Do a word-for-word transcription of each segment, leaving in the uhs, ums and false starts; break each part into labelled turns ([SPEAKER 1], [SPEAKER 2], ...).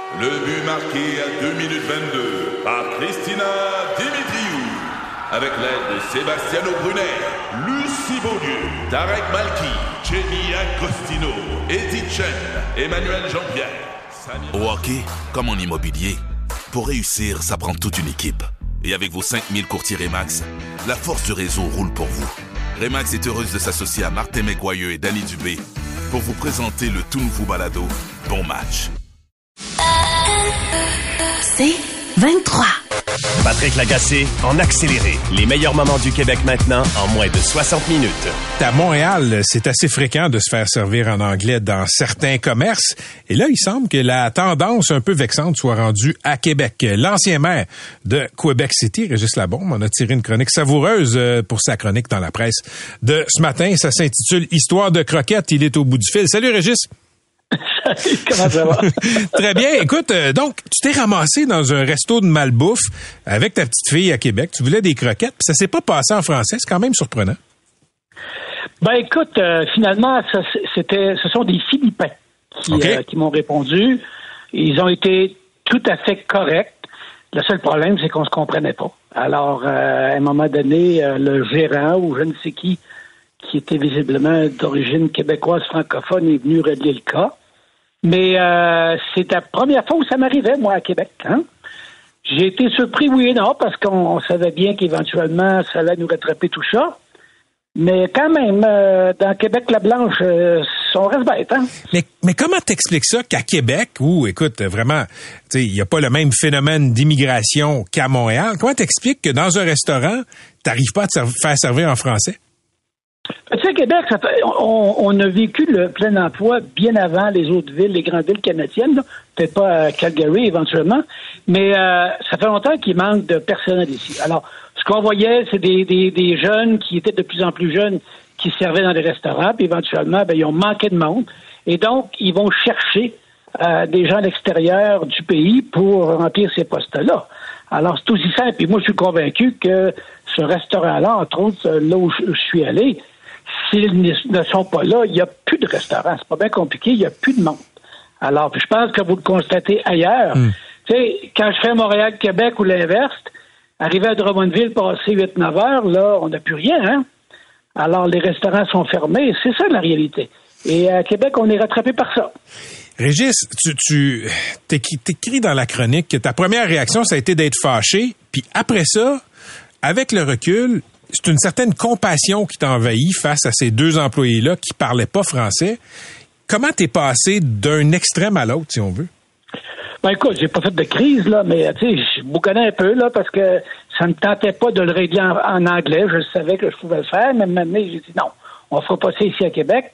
[SPEAKER 1] Le but marqué à deux minutes vingt-deux par Christina Dimitriou. Avec l'aide de Sebastiano Brunet, Lucie Beaulieu, Tarek Malki, Jenny Agostino, Eddie Chen, Emmanuel Jean-Pierre. Samir...
[SPEAKER 2] Au hockey, comme en immobilier, pour réussir, ça prend toute une équipe. Et avec vos cinq mille courtiers Remax, la force du réseau roule pour vous. Remax est heureuse de s'associer à Martin McGuire et Danny Dubé pour vous présenter le tout nouveau balado Bon Match.
[SPEAKER 3] C'est vingt-trois.
[SPEAKER 4] Patrick Lagacé en accéléré. Les meilleurs moments du Québec maintenant en moins de soixante minutes.
[SPEAKER 5] À Montréal, c'est assez fréquent de se faire servir en anglais dans certains commerces. Et là, il semble que la tendance un peu vexante soit rendue à Québec. L'ancien maire de Québec City, Régis Labaume, en a tiré une chronique savoureuse pour sa chronique dans la presse de ce matin. Ça s'intitule « Histoire de croquettes ». Il est au bout du fil. Salut, Régis.
[SPEAKER 6] Salut, comment ça va?
[SPEAKER 5] Très bien. Écoute, euh, donc, tu t'es ramassé dans un resto de malbouffe avec ta petite fille à Québec. Tu voulais des croquettes, puis ça s'est pas passé en français. C'est quand même surprenant.
[SPEAKER 6] Ben, écoute, euh, finalement, ça, c'était, ce sont des Philippins qui, okay. euh, qui m'ont répondu. Ils ont été tout à fait corrects. Le seul problème, c'est qu'on se comprenait pas. Alors, euh, à un moment donné, euh, le gérant ou je ne sais qui, qui était visiblement d'origine québécoise francophone, est venu régler le cas. Mais euh, c'est la première fois où ça m'arrivait, moi, à Québec. Hein? J'ai été surpris, oui et non, parce qu'on savait bien qu'éventuellement, ça allait nous rattraper tout ça. Mais quand même, euh, dans Québec-la-Blanche, euh, on reste bête, hein? Mais,
[SPEAKER 5] mais comment t'expliques ça qu'à Québec, où, écoute, vraiment, tu sais, il n'y a pas le même phénomène d'immigration qu'à Montréal, comment t'expliques que dans un restaurant, t'arrives pas à te serv- faire servir en français?
[SPEAKER 6] Tu sais, Québec, ça fait, on, on a vécu le plein emploi bien avant les autres villes, les grandes villes canadiennes, là. Peut-être pas à Calgary éventuellement, mais euh, ça fait longtemps qu'il manque de personnel ici. Alors, ce qu'on voyait, c'est des, des, des jeunes qui étaient de plus en plus jeunes qui servaient dans les restaurants, puis éventuellement, ben, ils ont manqué de monde, et donc, ils vont chercher euh, des gens à l'extérieur du pays pour remplir ces postes-là. Alors, c'est aussi simple, et moi, je suis convaincu que ce restaurant-là, entre autres, là où je suis allé, s'ils ne sont pas là, il n'y a plus de restaurants. C'est pas bien compliqué, il n'y a plus de monde. Alors, je pense que vous le constatez ailleurs. Mm. Tu sais, quand je fais Montréal-Québec ou l'inverse, arriver à Drummondville, passer huit neuf heures, là, on n'a plus rien, hein? Alors, les restaurants sont fermés. C'est ça, la réalité. Et à Québec, on est rattrapé par ça.
[SPEAKER 5] Régis, tu, tu t'écris dans la chronique que ta première réaction, ça a été d'être fâché. Puis après ça, avec le recul, c'est une certaine compassion qui t'envahit face à ces deux employés-là qui parlaient pas français. Comment t'es passé d'un extrême à l'autre, si on veut?
[SPEAKER 6] Ben écoute, j'ai pas fait de crise, là, mais tu sais, je bouconnais un peu, là, parce que ça ne me tentait pas de le régler en, en anglais. Je savais que je pouvais le faire, mais maintenant, j'ai dit non, on fera pas ça ici à Québec.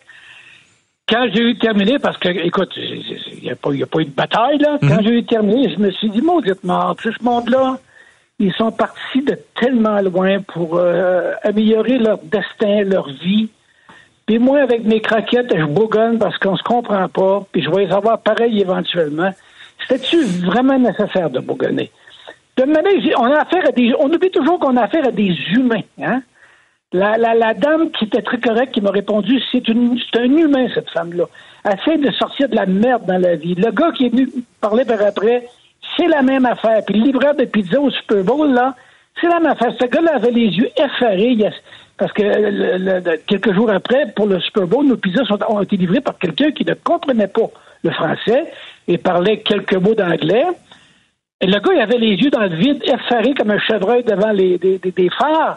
[SPEAKER 6] Quand j'ai eu terminé, parce que, écoute, il n'y a, a pas eu de bataille, là, mm-hmm. Quand j'ai eu terminé, je me suis dit, mauditement, ce monde-là, ils sont partis de tellement loin pour euh, améliorer leur destin, leur vie. Puis moi, avec mes croquettes, je bougonne parce qu'on se comprend pas, puis je vais les avoir pareil éventuellement. C'était-tu vraiment nécessaire de bougonner? De manière, on a affaire à des, on oublie toujours qu'on a affaire à des humains, hein? La, la, la dame qui était très correcte, qui m'a répondu, c'est une, c'est un humain, cette femme-là. Elle essaie de sortir de la merde dans la vie. Le gars qui est venu parler par après, c'est la même affaire. Puis le livreur de pizza au Super Bowl, là, c'est la même affaire. Ce gars-là avait les yeux effarés, parce que le, le, quelques jours après, pour le Super Bowl, nos pizzas sont, ont été livrées par quelqu'un qui ne comprenait pas le français et parlait quelques mots d'anglais. Et le gars, il avait les yeux dans le vide, effaré comme un chevreuil devant les, des, des, des phares.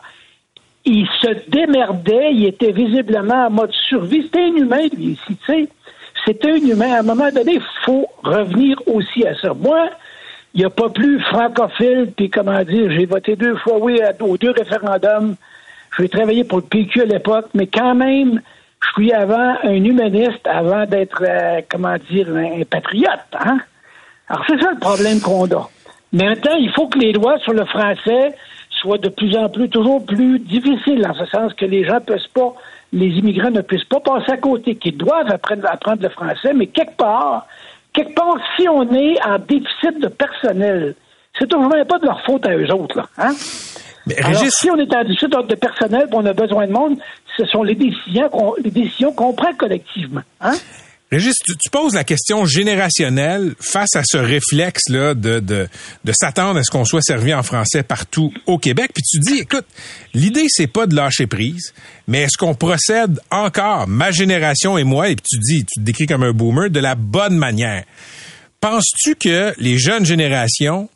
[SPEAKER 6] Il se démerdait, il était visiblement en mode survie. C'était un humain, lui, ici, tu sais. C'était un humain. À un moment donné, il faut revenir aussi à ça. Moi, il n'y a pas plus francophile, puis comment dire, j'ai voté deux fois oui aux deux référendums. J'ai travaillé pour le P Q à l'époque, mais quand même, je suis avant un humaniste, avant d'être, euh, comment dire, un, un patriote, hein? Alors, c'est ça le problème qu'on a. Mais maintenant, il faut que les lois sur le français soient de plus en plus, toujours plus difficiles, en ce sens que les gens ne puissent pas, les immigrants ne puissent pas passer à côté, qu'ils doivent apprendre, apprendre le français, mais quelque part, quelque part, si on est en déficit de personnel, c'est toujours pas de leur faute à eux autres, là, hein? Mais, alors, Régis... si on est en déficit de personnel et on a besoin de monde, ce sont les décisions qu'on, les décisions qu'on prend collectivement, hein?
[SPEAKER 5] Régis, tu, tu poses la question générationnelle face à ce réflexe-là de, de, de s'attendre à ce qu'on soit servi en français partout au Québec. Puis tu dis, écoute, l'idée, c'est pas de lâcher prise, mais est-ce qu'on procède encore, ma génération et moi, et puis tu dis, tu te décris comme un boomer, de la bonne manière. Penses-tu que les jeunes générations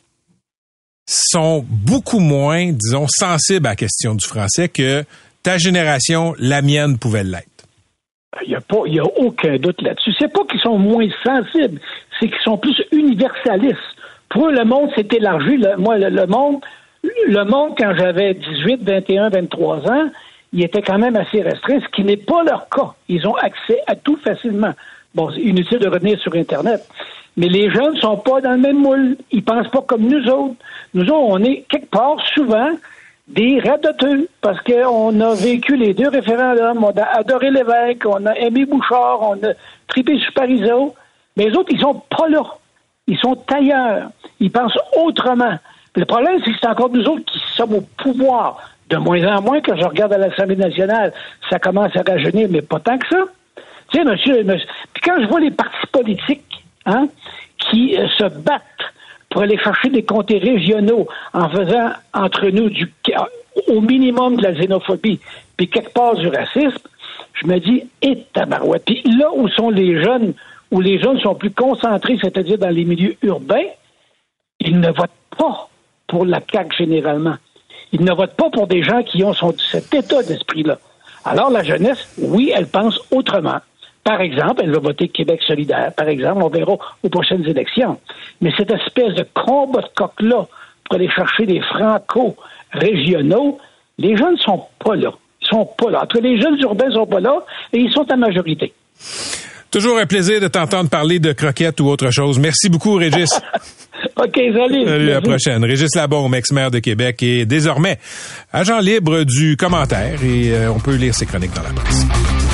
[SPEAKER 5] sont beaucoup moins, disons, sensibles à la question du français que ta génération, la mienne, pouvait l'être?
[SPEAKER 6] Il n'y a pas, il y a aucun doute là-dessus. C'est pas qu'ils sont moins sensibles, c'est qu'ils sont plus universalistes. Pour eux, le monde s'est élargi. Le, moi, le, le monde, le monde, quand j'avais dix-huit, vingt et un, vingt-trois ans, il était quand même assez restreint, ce qui n'est pas leur cas. Ils ont accès à tout facilement. Bon, c'est inutile de revenir sur Internet. Mais les jeunes sont pas dans le même moule. Ils pensent pas comme nous autres. Nous autres, on est quelque part, souvent, des radoteux, parce qu'on a vécu les deux référendums, on a adoré Lévesque, on a aimé Bouchard, on a trippé sur Parizeau, mais les autres, ils sont pas là. Ils sont ailleurs. Ils pensent autrement. Le problème, c'est que c'est encore nous autres qui sommes au pouvoir. De moins en moins, quand je regarde à l'Assemblée nationale, ça commence à rajeunir, mais pas tant que ça. Tu sais, monsieur, monsieur... Puis quand je vois les partis politiques, hein, qui euh, se battent pour aller chercher des comtés régionaux en faisant entre nous du au minimum de la xénophobie, puis quelque part du racisme, je me dis, et tabarouette. Puis là où sont les jeunes, où les jeunes sont plus concentrés, c'est-à-dire dans les milieux urbains, ils ne votent pas pour la C A Q généralement. Ils ne votent pas pour des gens qui ont son, cet état d'esprit-là. Alors la jeunesse, oui, elle pense autrement. Par exemple, elle va voter Québec solidaire. Par exemple, on verra aux prochaines élections. Mais cette espèce de combat de coq-là pour aller chercher des franco-régionaux, les jeunes ne sont pas là. Ils sont pas là. En tout cas, les jeunes urbains ne sont pas là et ils sont en majorité.
[SPEAKER 5] Toujours un plaisir de t'entendre parler de croquettes ou autre chose. Merci beaucoup, Régis.
[SPEAKER 6] OK, salut.
[SPEAKER 5] Salut, à la prochaine. Régis Labaume, ex-maire de Québec, et désormais agent libre du commentaire, et euh, on peut lire ses chroniques dans la presse.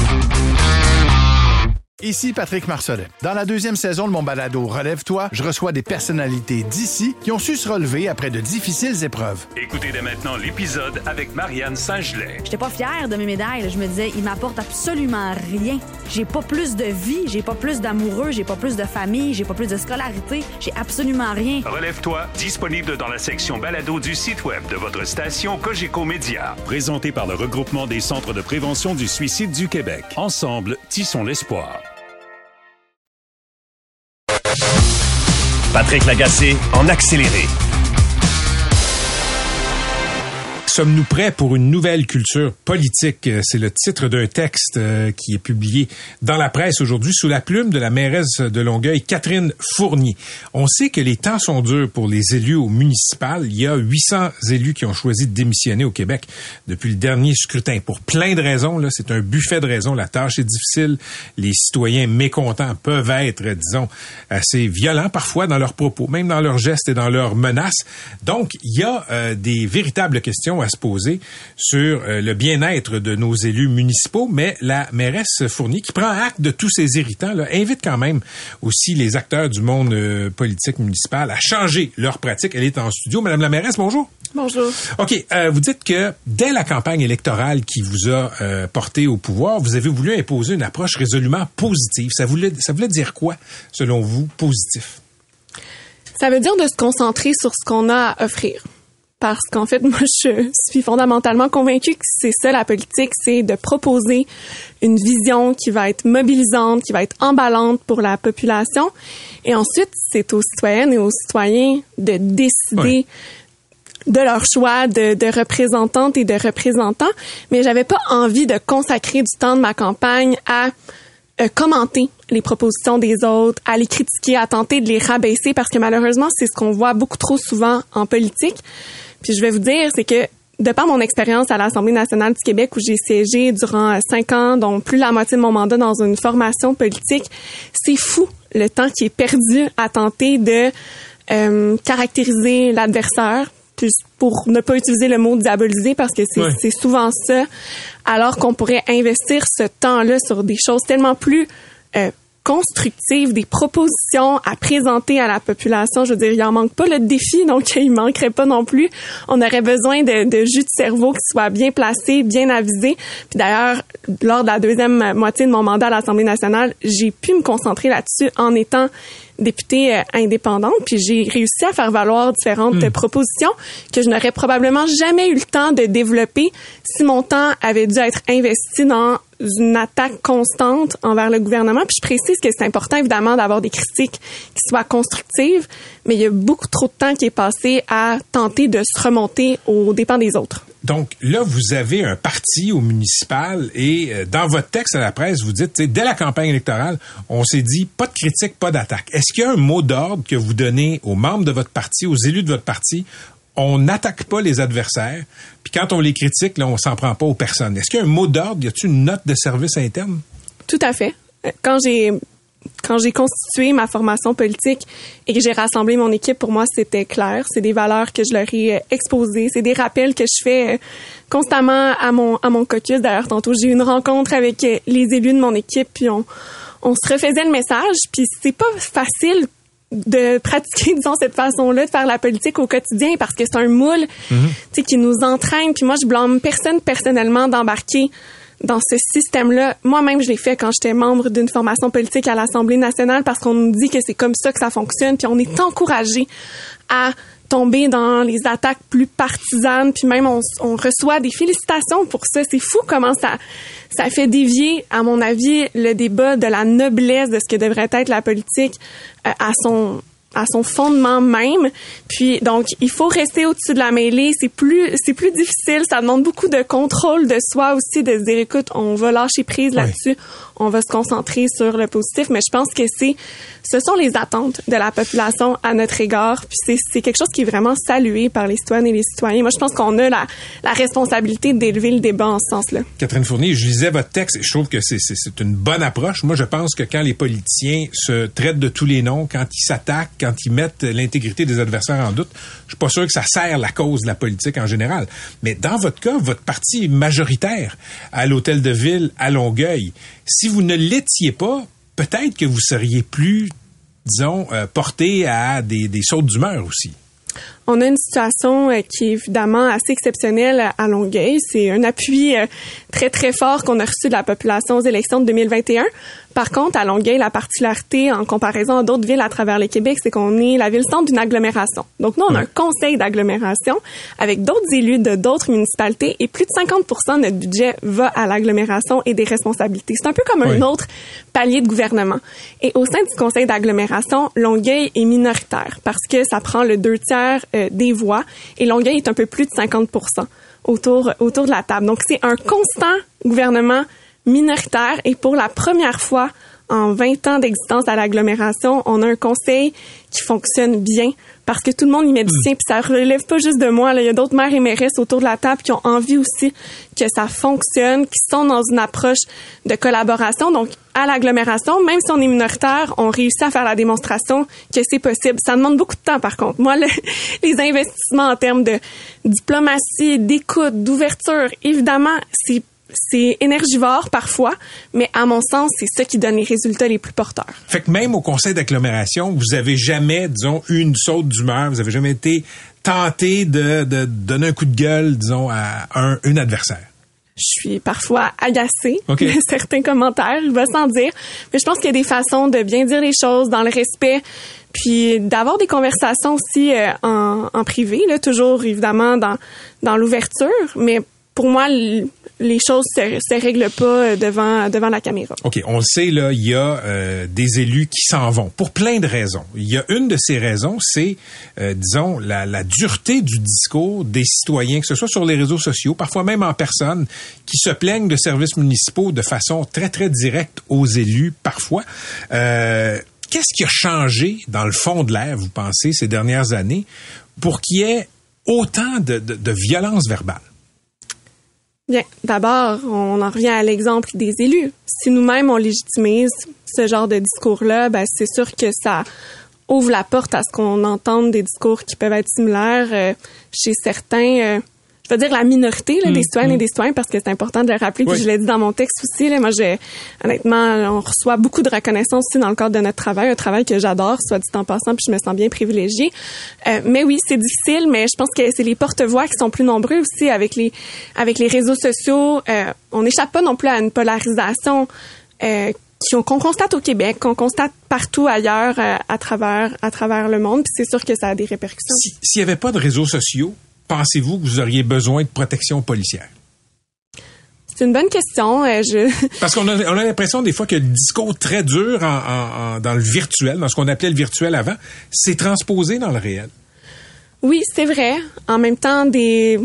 [SPEAKER 7] Ici Patrick Marcelet. Dans la deuxième saison de mon balado Relève-toi, je reçois des personnalités d'ici qui ont su se relever après de difficiles épreuves.
[SPEAKER 8] Écoutez dès maintenant l'épisode avec Marianne Saint-Gelais.
[SPEAKER 9] J'étais pas fière de mes médailles. Je me disais, ils m'apportent absolument rien. J'ai pas plus de vie, j'ai pas plus d'amoureux, j'ai pas plus de famille, j'ai pas plus de scolarité. J'ai absolument rien.
[SPEAKER 8] Relève-toi, disponible dans la section balado du site web de votre station Cogeco Média. Présenté par le regroupement des centres de prévention du suicide du Québec. Ensemble, tissons l'espoir.
[SPEAKER 4] Patrick Lagacé en accéléré.
[SPEAKER 5] Sommes-nous prêts pour une nouvelle culture politique? C'est le titre d'un texte qui est publié dans la presse aujourd'hui sous la plume de la mairesse de Longueuil, Catherine Fournier. On sait que les temps sont durs pour les élus au municipal. Il y a huit cents élus qui ont choisi de démissionner au Québec depuis le dernier scrutin. Pour plein de raisons, là, c'est un buffet de raisons. La tâche est difficile. Les citoyens mécontents peuvent être, disons, assez violents parfois dans leurs propos, même dans leurs gestes et dans leurs menaces. Donc, il y a euh, des véritables questions à se poser sur euh, le bien-être de nos élus municipaux, mais la mairesse Fournier, qui prend acte de tous ces irritants, là, invite quand même aussi les acteurs du monde euh, politique municipal à changer leurs pratiques. Elle est en studio. Madame la mairesse, bonjour.
[SPEAKER 10] Bonjour.
[SPEAKER 5] OK, euh, vous dites que dès la campagne électorale qui vous a euh, porté au pouvoir, vous avez voulu imposer une approche résolument positive. Ça voulait, ça voulait dire quoi, selon vous, positif?
[SPEAKER 10] Ça veut dire de se concentrer sur ce qu'on a à offrir. Parce qu'en fait, moi, je suis fondamentalement convaincue que c'est ça, la politique, c'est de proposer une vision qui va être mobilisante, qui va être emballante pour la population. Et ensuite, c'est aux citoyennes et aux citoyens de décider oui. de leur choix de, de représentantes et de représentants. Mais j'avais pas envie de consacrer du temps de ma campagne à euh, commenter les propositions des autres, à les critiquer, à tenter de les rabaisser, parce que malheureusement, c'est ce qu'on voit beaucoup trop souvent en politique. Puis je vais vous dire, c'est que de par mon expérience à l'Assemblée nationale du Québec, où j'ai siégé durant cinq ans, dont plus la moitié de mon mandat dans une formation politique, c'est fou le temps qui est perdu à tenter de euh, caractériser l'adversaire, puis pour ne pas utiliser le mot diaboliser, parce que c'est, ouais. c'est souvent ça, alors qu'on pourrait investir ce temps-là sur des choses tellement plus euh, constructives, des propositions à présenter à la population. Je veux dire, il en manque pas le défi, donc il manquerait pas non plus. On aurait besoin de, de jus de cerveau qui soit bien placé, bien avisé. Puis d'ailleurs, lors de la deuxième moitié de mon mandat à l'Assemblée nationale, j'ai pu me concentrer là-dessus en étant députée euh, indépendante, puis j'ai réussi à faire valoir différentes mmh. propositions que je n'aurais probablement jamais eu le temps de développer si mon temps avait dû être investi dans une attaque constante envers le gouvernement. Puis je précise que c'est important, évidemment, d'avoir des critiques qui soient constructives, mais il y a beaucoup trop de temps qui est passé à tenter de se remonter aux dépens des autres.
[SPEAKER 5] Donc là, vous avez un parti au municipal et euh, dans votre texte à la presse, vous dites, dès la campagne électorale, on s'est dit pas de critique, pas d'attaque. Est-ce qu'il y a un mot d'ordre que vous donnez aux membres de votre parti, aux élus de votre parti? On n'attaque pas les adversaires, puis quand on les critique, là, on s'en prend pas aux personnes. Est-ce qu'il y a un mot d'ordre? Y a-t-il une note de service interne?
[SPEAKER 10] Tout à fait. Quand j'ai Quand j'ai constitué ma formation politique et que j'ai rassemblé mon équipe, pour moi, c'était clair. C'est des valeurs que je leur ai exposées. C'est des rappels que je fais constamment à mon, à mon caucus. D'ailleurs, tantôt, j'ai eu une rencontre avec les élus de mon équipe, puis on, on se refaisait le message. Puis c'est pas facile de pratiquer, disons, cette façon-là, de faire la politique au quotidien, parce que c'est un moule, mm-hmm. tu sais, qui nous entraîne. Puis moi, je blâme personne personnellement d'embarquer dans ce système-là. Moi-même, je l'ai fait quand j'étais membre d'une formation politique à l'Assemblée nationale, parce qu'on nous dit que c'est comme ça que ça fonctionne, puis on est encouragé à tomber dans les attaques plus partisanes, puis même on, on reçoit des félicitations pour ça. C'est fou comment ça, ça fait dévier, à mon avis, le débat de la noblesse de ce que devrait être la politique euh, à son à son fondement même. Puis donc il faut rester au-dessus de la mêlée, c'est plus c'est plus difficile, ça demande beaucoup de contrôle de soi aussi, de se dire écoute, on va lâcher prise là-dessus, oui. on va se concentrer sur le positif, mais je pense que c'est ce sont les attentes de la population à notre égard, puis c'est c'est quelque chose qui est vraiment salué par les citoyennes et les citoyens. Moi je pense qu'on a la la responsabilité d'élever le débat en ce sens-là.
[SPEAKER 5] Catherine Fournier, je lisais votre texte et je trouve que c'est c'est c'est une bonne approche. Moi je pense que quand les politiciens se traitent de tous les noms, quand ils s'attaquent, quand ils mettent l'intégrité des adversaires en doute, je suis pas sûr que ça sert la cause de la politique en général. Mais dans votre cas, votre parti est majoritaire à l'Hôtel de Ville à Longueuil. Si vous ne l'étiez pas, peut-être que vous seriez plus, disons, euh, porté à des, des sautes d'humeur aussi.
[SPEAKER 10] On a une situation euh, qui est évidemment assez exceptionnelle à Longueuil. C'est un appui euh, très, très fort qu'on a reçu de la population aux élections de deux mille vingt et un. Par contre, à Longueuil, la particularité en comparaison à d'autres villes à travers le Québec, c'est qu'on est la ville-centre d'une agglomération. Donc, nous, on a un conseil d'agglomération avec d'autres élus de d'autres municipalités et plus de cinquante pour cent de notre budget va à l'agglomération et des responsabilités. C'est un peu comme oui. un autre palier de gouvernement. Et au sein du conseil d'agglomération, Longueuil est minoritaire parce que ça prend le deux tiers euh, des voix et Longueuil est un peu plus de cinquante pour cent autour, autour de la table. Donc, c'est un constant gouvernement minoritaire et pour la première fois en vingt ans d'existence à l'agglomération, on a un conseil qui fonctionne bien parce que tout le monde y met du sien, puis ça relève pas juste de moi. Là. Il y a d'autres maires et mairesses autour de la table qui ont envie aussi que ça fonctionne, qui sont dans une approche de collaboration. Donc, à l'agglomération, même si on est minoritaire, on réussit à faire la démonstration que c'est possible. Ça demande beaucoup de temps, par contre. Moi, le, les investissements en termes de diplomatie, d'écoute, d'ouverture, évidemment, c'est C'est énergivore parfois, mais à mon sens, c'est ça qui donne les résultats les plus porteurs.
[SPEAKER 5] Fait que même au conseil d'agglomération, vous avez jamais, disons, eu une saute d'humeur, vous avez jamais été tenté de, de donner un coup de gueule, disons, à un, un adversaire?
[SPEAKER 10] Je suis parfois agacée
[SPEAKER 5] okay.
[SPEAKER 10] de certains commentaires, je vais sans dire, mais je pense qu'il y a des façons de bien dire les choses dans le respect, puis d'avoir des conversations aussi euh, en, en privé, là, toujours évidemment dans, dans l'ouverture, mais pour moi, les choses se, se règlent pas devant devant la caméra.
[SPEAKER 5] OK, on le sait, là, il y a euh, des élus qui s'en vont pour plein de raisons. Il y a une de ces raisons, c'est, euh, disons, la, la dureté du discours des citoyens, que ce soit sur les réseaux sociaux, parfois même en personne, qui se plaignent de services municipaux de façon très, très directe aux élus, parfois. Euh, qu'est-ce qui a changé dans le fond de l'air, vous pensez, ces dernières années, pour qu'il y ait autant de, de, de violence verbale?
[SPEAKER 10] Bien, d'abord, on en revient à l'exemple des élus. Si nous-mêmes, on légitimise ce genre de discours-là, ben c'est sûr que ça ouvre la porte à ce qu'on entende des discours qui peuvent être similaires euh, chez certains. Euh, je veux dire la minorité là,
[SPEAKER 5] mmh,
[SPEAKER 10] des citoyennes
[SPEAKER 5] mmh.
[SPEAKER 10] et des citoyens, parce que c'est important de le rappeler,
[SPEAKER 5] oui.
[SPEAKER 10] puis je l'ai dit dans mon texte aussi. Là, moi, j'ai, honnêtement, on reçoit beaucoup de reconnaissance aussi dans le cadre de notre travail, un travail que j'adore, soit dit en passant, puis je me sens bien privilégiée. Euh, mais oui, c'est difficile, mais je pense que c'est les porte-voix qui sont plus nombreux aussi avec les avec les réseaux sociaux. Euh, on n'échappe pas non plus à une polarisation euh, qu'on constate au Québec, qu'on constate partout ailleurs euh, à travers à travers le monde, puis c'est sûr que ça a des répercussions.
[SPEAKER 5] Si, s'il n'y avait pas de réseaux sociaux, pensez-vous que vous auriez besoin de protection policière?
[SPEAKER 10] C'est une bonne question. Euh, je...
[SPEAKER 5] Parce qu'on a, on a l'impression des fois que le discours très dur en, en, en, dans le virtuel, dans ce qu'on appelait le virtuel avant, c'est transposé dans le réel.
[SPEAKER 10] Oui, c'est vrai. En même temps, des,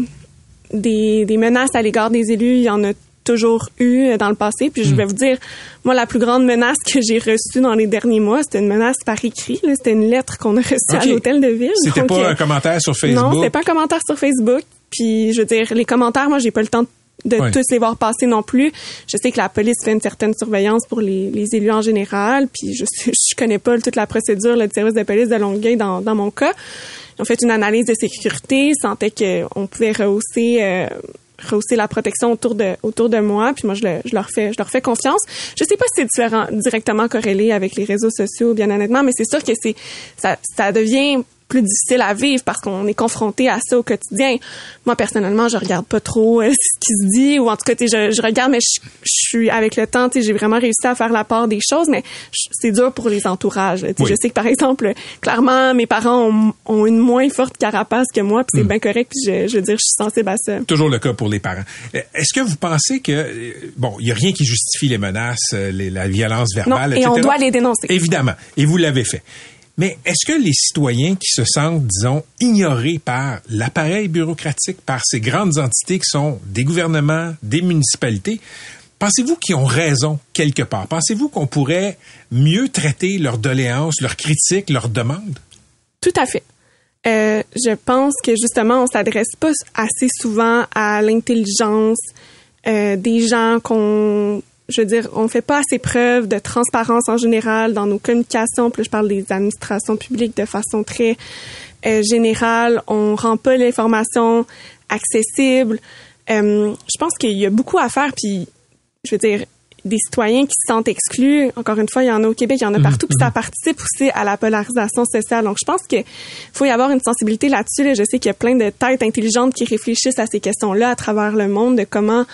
[SPEAKER 10] des, des menaces à l'égard des élus, il y en a toujours eu dans le passé. Puis je vais vous dire, moi, la plus grande menace que j'ai reçue dans les derniers mois, c'était une menace par écrit. Là. C'était une lettre qu'on a reçue okay. à l'hôtel de ville.
[SPEAKER 5] C'était Donc, pas un commentaire sur Facebook?
[SPEAKER 10] Non, c'était pas un commentaire sur Facebook. Puis, je veux dire, les commentaires, moi, j'ai pas le temps de oui. tous les voir passer non plus. Je sais que la police fait une certaine surveillance pour les, les élus en général. Puis, je je connais pas toute la procédure là, du service de police de Longueuil dans, dans mon cas. Ils ont fait une analyse de sécurité, sentaient qu'on pouvait rehausser... Euh, rehausser la protection autour de autour de moi, puis moi je, le, je leur fais je leur fais confiance. Je sais pas si c'est différent, directement corrélé avec les réseaux sociaux, bien honnêtement, mais c'est sûr que c'est ça ça devient plus difficile à vivre parce qu'on est confronté à ça au quotidien. Moi, personnellement, je regarde pas trop euh, ce qui se dit, ou en tout cas, je, je regarde, mais je, je suis avec le temps, j'ai vraiment réussi à faire la part des choses, mais je, c'est dur pour les entourages. Oui. Je sais que, par exemple, clairement, mes parents ont, ont une moins forte carapace que moi, puis c'est mmh. bien correct, puis je, je veux dire, je suis sensible à ça.
[SPEAKER 5] Toujours le cas pour les parents. Est-ce que vous pensez que, bon, il y a rien qui justifie les menaces, les, la violence verbale,
[SPEAKER 10] non, et
[SPEAKER 5] et cetera.
[SPEAKER 10] On doit les dénoncer.
[SPEAKER 5] Évidemment, et vous l'avez fait. Mais est-ce que les citoyens qui se sentent, disons, ignorés par l'appareil bureaucratique, par ces grandes entités qui sont des gouvernements, des municipalités, pensez-vous qu'ils ont raison quelque part? Pensez-vous qu'on pourrait mieux traiter leurs doléances, leurs critiques, leurs demandes?
[SPEAKER 10] Tout à fait. Euh, je pense que justement, on s'adresse pas assez souvent à l'intelligence euh, des gens qu'on... Je veux dire, on fait pas assez preuve de transparence en général dans nos communications. Puis là, je parle des administrations publiques de façon très euh, générale. On rend pas l'information accessible. Euh, je pense qu'il y a beaucoup à faire. Puis, je veux dire, des citoyens qui se sentent exclus. Encore une fois, il y en a au Québec, il y en a partout. Puis ça participe aussi à la polarisation sociale. Donc, je pense qu'il faut y avoir une sensibilité là-dessus. Là. Je sais qu'il y a plein de têtes intelligentes qui réfléchissent à ces questions-là à travers le monde, de comment...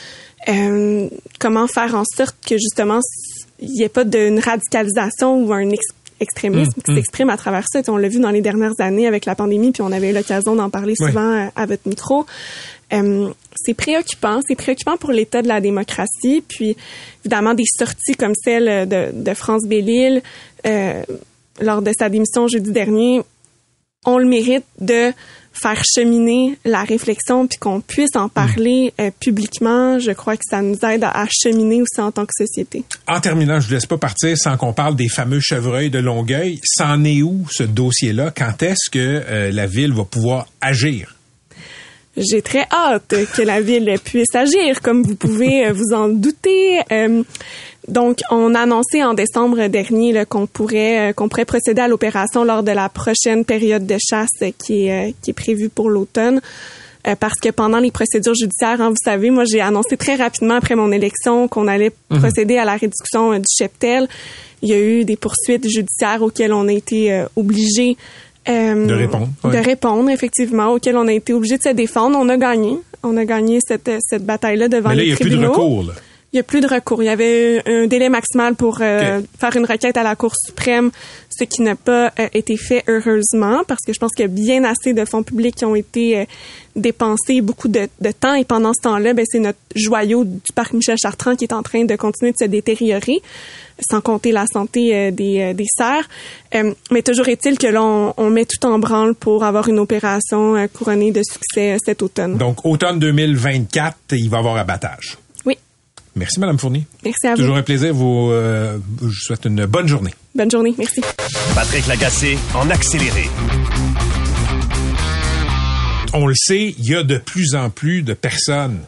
[SPEAKER 10] Euh, comment faire en sorte que justement il n'y ait pas d'une radicalisation ou un ex- extrémisme mmh, qui mmh. s'exprime à travers ça. T'sais, on l'a vu dans les dernières années avec la pandémie, puis on avait eu l'occasion d'en parler souvent oui. à, à votre micro. Euh, c'est préoccupant, c'est préoccupant pour l'état de la démocratie. Puis évidemment des sorties comme celle de, de France Bellil euh, lors de sa démission jeudi dernier ont le mérite de faire cheminer la réflexion puis qu'on puisse en parler euh, publiquement. Je crois que ça nous aide à, à cheminer aussi en tant que société.
[SPEAKER 5] En terminant, je ne laisse pas partir sans qu'on parle des fameux chevreuils de Longueuil. C'en est où ce dossier-là? Quand est-ce que euh, la Ville va pouvoir agir?
[SPEAKER 10] J'ai très hâte que la Ville puisse agir, comme vous pouvez vous en douter. Euh, donc, on a annoncé en décembre dernier là, qu'on pourrait qu'on pourrait procéder à l'opération lors de la prochaine période de chasse qui est qui est prévue pour l'automne. Euh, parce que pendant les procédures judiciaires, hein, vous savez, moi j'ai annoncé très rapidement après mon élection qu'on allait mmh. procéder à la réduction euh, du cheptel. Il y a eu des poursuites judiciaires auxquelles on a été euh, obligés Euh,
[SPEAKER 5] de répondre.
[SPEAKER 10] Oui. De
[SPEAKER 5] oui.
[SPEAKER 10] répondre, effectivement, auquel on a été obligé de se défendre. On a gagné. On a gagné cette, cette bataille-là devant les tribunaux.
[SPEAKER 5] Mais là, il n'y a plus de recours, là.
[SPEAKER 10] Il n'y a plus de recours. Il y avait un délai maximal pour euh, okay. faire une requête à la Cour suprême, ce qui n'a pas euh, été fait, heureusement, parce que je pense qu'il y a bien assez de fonds publics qui ont été euh, dépensés, beaucoup de, de temps. Et pendant ce temps-là, ben, c'est notre joyau du parc Michel-Chartrand qui est en train de continuer de se détériorer, sans compter la santé euh, des, euh, des cerfs. Euh, mais toujours est-il que l'on on met tout en branle pour avoir une opération euh, couronnée de succès euh, cet automne.
[SPEAKER 5] Donc, automne deux mille vingt-quatre, il va y avoir abattage.
[SPEAKER 10] Oui.
[SPEAKER 5] Merci, Mme Fournier.
[SPEAKER 10] Merci à vous.
[SPEAKER 5] Toujours un plaisir. Vous, euh, je vous souhaite une bonne journée.
[SPEAKER 10] Bonne journée. Merci.
[SPEAKER 4] Patrick Lagacé en accéléré.
[SPEAKER 5] On le sait, il y a de plus en plus de personnes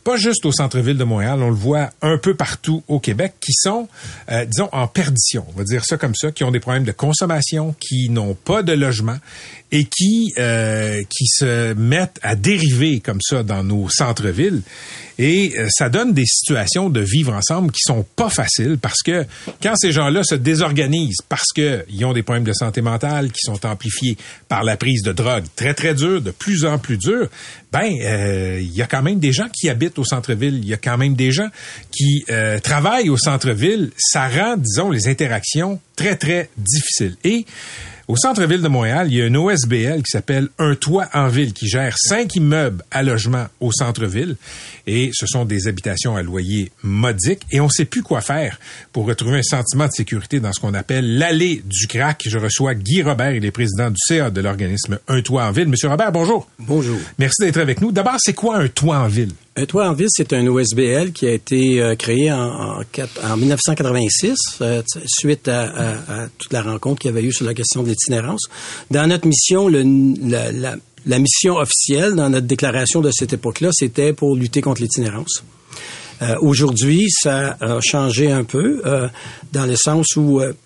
[SPEAKER 5] pas juste au centre-ville de Montréal, on le voit un peu partout au Québec, qui sont, euh, disons, en perdition, on va dire ça comme ça, qui ont des problèmes de consommation, qui n'ont pas de logement et qui euh, qui se mettent à dériver comme ça dans nos centres-villes. Et euh, ça donne des situations de vivre ensemble qui sont pas faciles parce que quand ces gens-là se désorganisent parce que ils ont des problèmes de santé mentale qui sont amplifiés par la prise de drogue très, très dure, de plus en plus dure, ben, euh, il y a quand même des gens qui habitent au centre-ville. Il y a quand même des gens qui euh, travaillent au centre-ville. Ça rend, disons, les interactions très, très difficiles. Et au centre-ville de Montréal, il y a une O S B L qui s'appelle Un Toit en Ville qui gère cinq immeubles à logement au centre-ville. Et ce sont des habitations à loyer modique. Et on ne sait plus quoi faire pour retrouver un sentiment de sécurité dans ce qu'on appelle l'allée du crack. Je reçois Guy Robert, il est président du C A de l'organisme Un Toit en Ville. Monsieur Robert, bonjour.
[SPEAKER 11] Bonjour.
[SPEAKER 5] Merci d'être avec nous. D'abord, c'est quoi Un Toit en Ville?
[SPEAKER 11] Un Toit en Ville, c'est un O S B L qui a été euh, créé en, en, en dix-neuf cent quatre-vingt-six, euh, suite à, à, à toute la rencontre qu'il y avait eu sur la question de l'itinérance. Dans notre mission, le, la, la, la mission officielle dans notre déclaration de cette époque-là, c'était pour lutter contre l'itinérance. Euh, aujourd'hui, ça a changé un peu, euh, dans le sens où... Euh,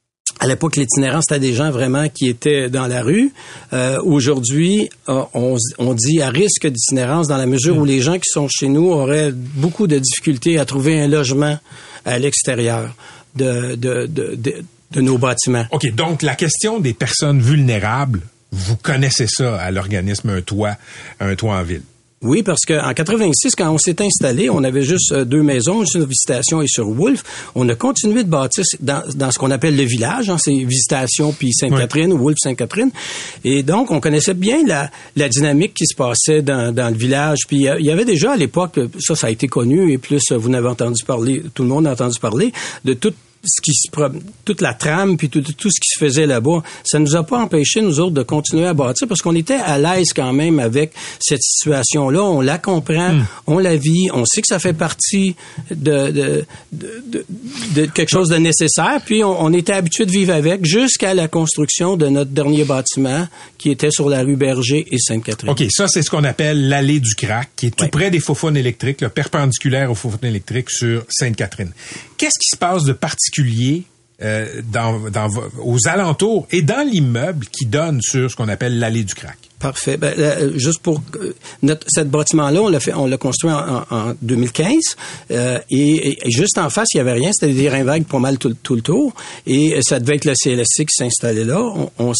[SPEAKER 11] À l'époque, l'itinérance, c'était des gens vraiment qui étaient dans la rue. Euh, aujourd'hui, euh, on, on dit à risque d'itinérance dans la mesure où les gens qui sont chez nous auraient beaucoup de difficultés à trouver un logement à l'extérieur de, de, de, de, de nos bâtiments.
[SPEAKER 5] OK, donc la question des personnes vulnérables, vous connaissez ça à l'organisme Un Toit, Un Toit en Ville.
[SPEAKER 11] Oui, parce qu'en quatre-vingt-six, quand on s'est installé, on avait juste deux maisons, une sur Visitation et sur Wolfe. On a continué de bâtir dans, dans ce qu'on appelle le village, hein, c'est Visitation puis Sainte-Catherine, oui. Wolfe Sainte-Catherine. Et donc, on connaissait bien la, la dynamique qui se passait dans, dans le village. Puis il y avait déjà à l'époque, ça, ça a été connu, et plus vous n'avez entendu parler, tout le monde a entendu parler, de toute ce qui se toute la trame puis tout, tout ce qui se faisait là-bas, ça nous a pas empêché nous autres de continuer à bâtir parce qu'on était à l'aise quand même avec cette situation-là. On la comprend, mmh. on la vit, on sait que ça fait partie de de, de, de, de quelque chose de nécessaire. Puis on, on était habitué de vivre avec jusqu'à la construction de notre dernier bâtiment qui était sur la rue Berger et Sainte-Catherine.
[SPEAKER 5] Ok, ça c'est ce qu'on appelle l'allée du crack, qui est tout ouais. près des Faux-Faunes électriques, là, perpendiculaire aux Faux-Faunes électriques sur Sainte-Catherine. Qu'est-ce qui se passe de particulier euh, dans, dans, aux alentours et dans l'immeuble qui donne sur ce qu'on appelle l'allée du crack?
[SPEAKER 11] Parfait. Ben, là, juste pour euh, notre cet bâtiment-là, on l'a fait, on l'a construit en, en, en deux mille quinze euh, et, et juste en face, il y avait rien, c'était des terrains vagues pas mal tout, tout le tour et ça devait être le C L S C qui s'installait là. On, on,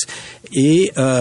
[SPEAKER 11] et euh,